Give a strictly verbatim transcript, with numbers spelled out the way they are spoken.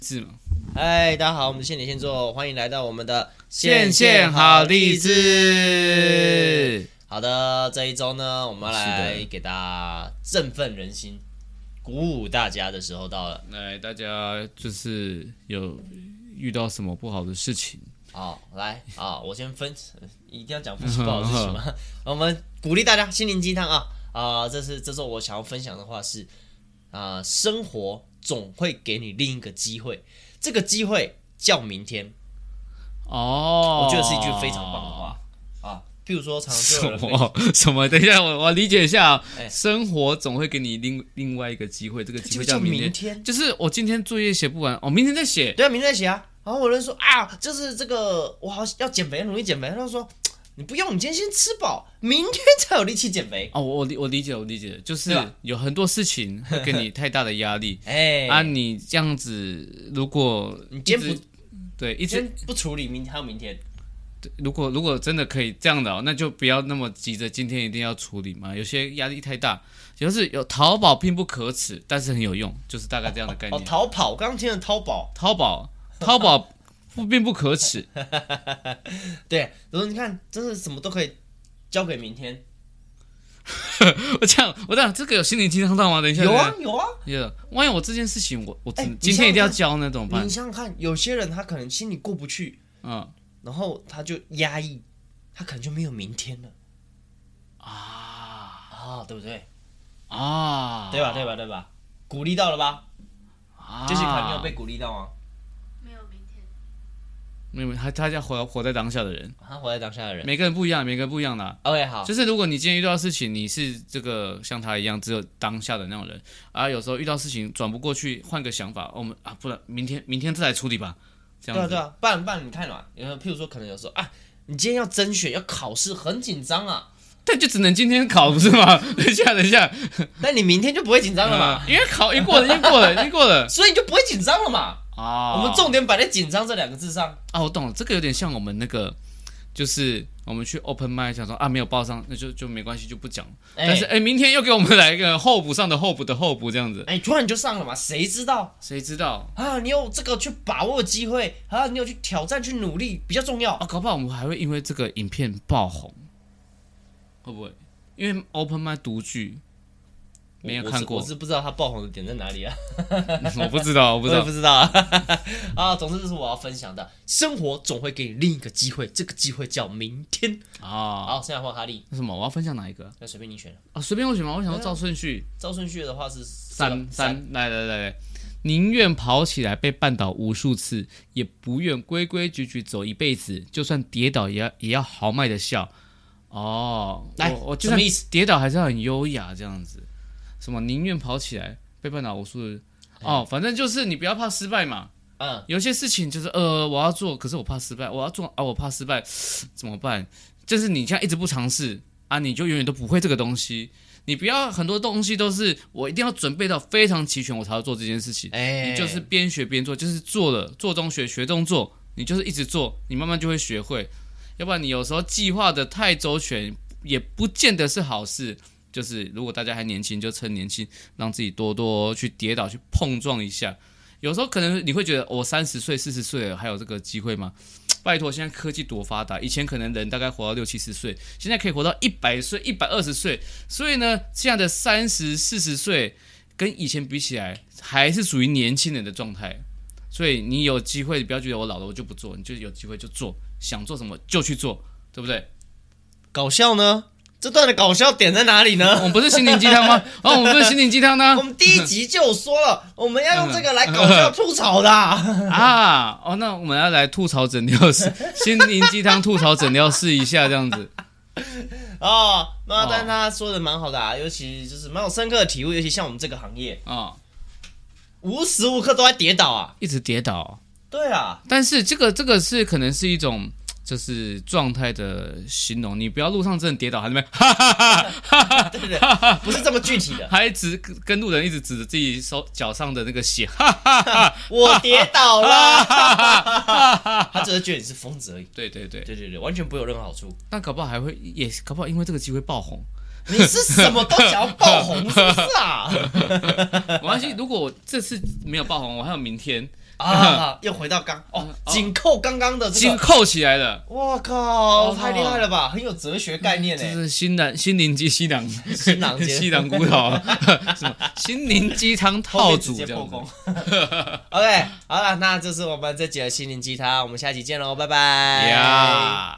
是吗？ 嗨，大家好，我们是现点现做，欢迎来到我们的线线好励志。 好的，这一周呢，我们来给大家振奋人心、鼓舞大家的时候到了。 来，大家就是有遇到什么不好的事情？ 好，来啊，我先分，一定要讲不好的事情吗？我们鼓励大家心灵鸡汤啊啊！这是这是我想要分享的话是啊，生活总会给你另一个机会，这个机会叫明天。 哦， 我觉得是一句非常棒的话啊。譬如说，常常就有人什么什么？等一下，我我理解一下、哦欸。 生活总会给你另另外一个机会，这个机会叫明天。 明天就是我今天作业写不完，哦，明天再写。 对啊，明天再写啊。然后有人说啊，就是这个我好要减肥，努力减肥。他就说你不用，你今天先吃饱，明天才有力气减肥。 哦，我我理解，我理解，就是有很多事情会给你太大的压力。 哎啊，你这样子，如果你今天不对一直不处理，明天还有明天。 如果如果真的可以这样的、哦，那就不要那么急着今天一定要处理嘛。有些压力太大，就是有淘宝并不可耻，但是很有用，就是大概这样的概念。 哦，逃跑，我刚刚听了淘宝， 淘宝，淘宝不并不可耻。 对，然后你看，真的什么都可以交给明天。 我这样，我这样，这个有心灵鸡汤到吗？等一下， 有啊有啊有。万一我这件事情我我、 欸、 今天一定要交呢，怎么办？ 你想想看，有些人他可能心里过不去， 嗯。 然后他就压抑，他可能就没有明天了啊啊，对不对？ 啊， 对吧？对吧？对吧？鼓励到了吧？ 啊， 就是你有被鼓励到吗？ 没有明天， 没有，他他要活活在当下的人， 他活在当下的人， 每个人不一样，每个人不一样的、啊。 OK， 好， 就是如果你今天遇到事情，你是这个像他一样只有当下的那种人啊，有时候遇到事情转不过去，换个想法，我们啊，不然明天明天再来处理吧。这样子对啊对啊，不然不然你看嘛，譬如说可能有时候啊，你今天要甄选要考试，很紧张啊， 但就只能今天考不是吗？等一下等一下， 那你明天就不会紧张了嘛、 呃？因为考已经过了，已经过了，已经过了， 所以你就不会紧张了嘛？ 啊、 哦，我们重点摆在紧张这两个字上啊，我懂了，这个有点像我们那个，就是我们去 open mic 想说啊没有报上，那就就没关系就不讲，欸、但是哎明天又给我们来一个候补上的候补的候补这样子， 哎突然就上了嘛，谁知道？ 谁知道啊？你有这个去把握机会啊，你有去挑战去努力比较重要啊，搞不好我们还会因为这个影片爆红，会不会？因为 open mic 独剧没有看过， 我 是, 我是不知道他爆红的点在哪里啊。 我不知道，我不知道， 我也不知道啊。啊，总之这是我要分享的，生活总会给你另一个机会，这个机会叫明天啊。 好，现在换哈利。 那什么？我要分享哪一个？ 那随便你选啊，随便我选嘛。我想要照顺序。 照顺序的话是三三，来来来来，宁愿跑起来被绊倒无数次，也不愿规规矩矩走一辈子，就算跌倒也要也要豪迈的笑。哦， 来， 我我就算跌倒还是要很优雅这样子。什么宁愿跑起来被绊倒无数次？哦，反正就是你不要怕失败嘛。 嗯， 有些事情就是呃我要做，可是我怕失败，我要做啊我怕失败怎么办？就是你现在一直不尝试啊，你就永远都不会这个东西。你不要很多东西都是我一定要准备到非常齐全我才要做这件事情。 欸、 你就是边学边做，就是做了做中学，学中做，你就是一直做，你慢慢就会学会。要不然你有时候计划的太周全，也不见得是好事。就是如果大家还年轻，就趁年轻让自己多多去跌倒，去碰撞一下。有时候可能你会觉得我三十岁、四十岁了，还有这个机会吗？拜托，现在科技多发达，以前可能人大概活到六七十岁，现在可以活到一百岁、一百二十岁。所以呢，现在的三十、四十岁跟以前比起来，还是属于年轻人的状态。所以你有机会，不要觉得我老了我就不做，你就有机会就做，想做什么就去做，对不对？ 搞笑呢？这段的搞笑点在哪里呢？ 我们不是心灵鸡汤吗？哦，我们不是心灵鸡汤呢。 我们第一集就有说了，我们要用这个来搞笑吐槽的啊。 啊哦，那我们要来吐槽诊疗室，心灵鸡汤吐槽诊疗室一下这样子。 哦，那但他说的蛮好的啊，尤其就是蛮有深刻的体悟，尤其像我们这个行业啊、哦，无时无刻都在跌倒啊， 一直跌倒。 对啊， 但是这个这个是可能是一种。就是状态的形容，你不要路上真的跌倒，还在那边哈哈哈哈哈， 对对，不是这么具体的， 还指跟路人一直指着自己手脚上的那个血，哈哈哈， 我跌倒了，他只是觉得你是疯子而已。 对对对对对对，完全不会有任何好处。 但搞不好还会，也搞不好因为这个机会爆红。 你是什么都想要爆红，是不是啊？ 没关系，如果我这次没有爆红，我还有明天。 啊，又回到刚哦，紧扣刚刚的这个， 紧扣起来了。 我靠，太厉害了吧，很有哲学概念呢。 这是心灵心灵鸡西凉新郎街西凉骨头，什么心灵鸡汤套组这样子。 OK， 好了，那这是我们这集的心灵鸡汤，我们下期见喽，拜拜。 呀。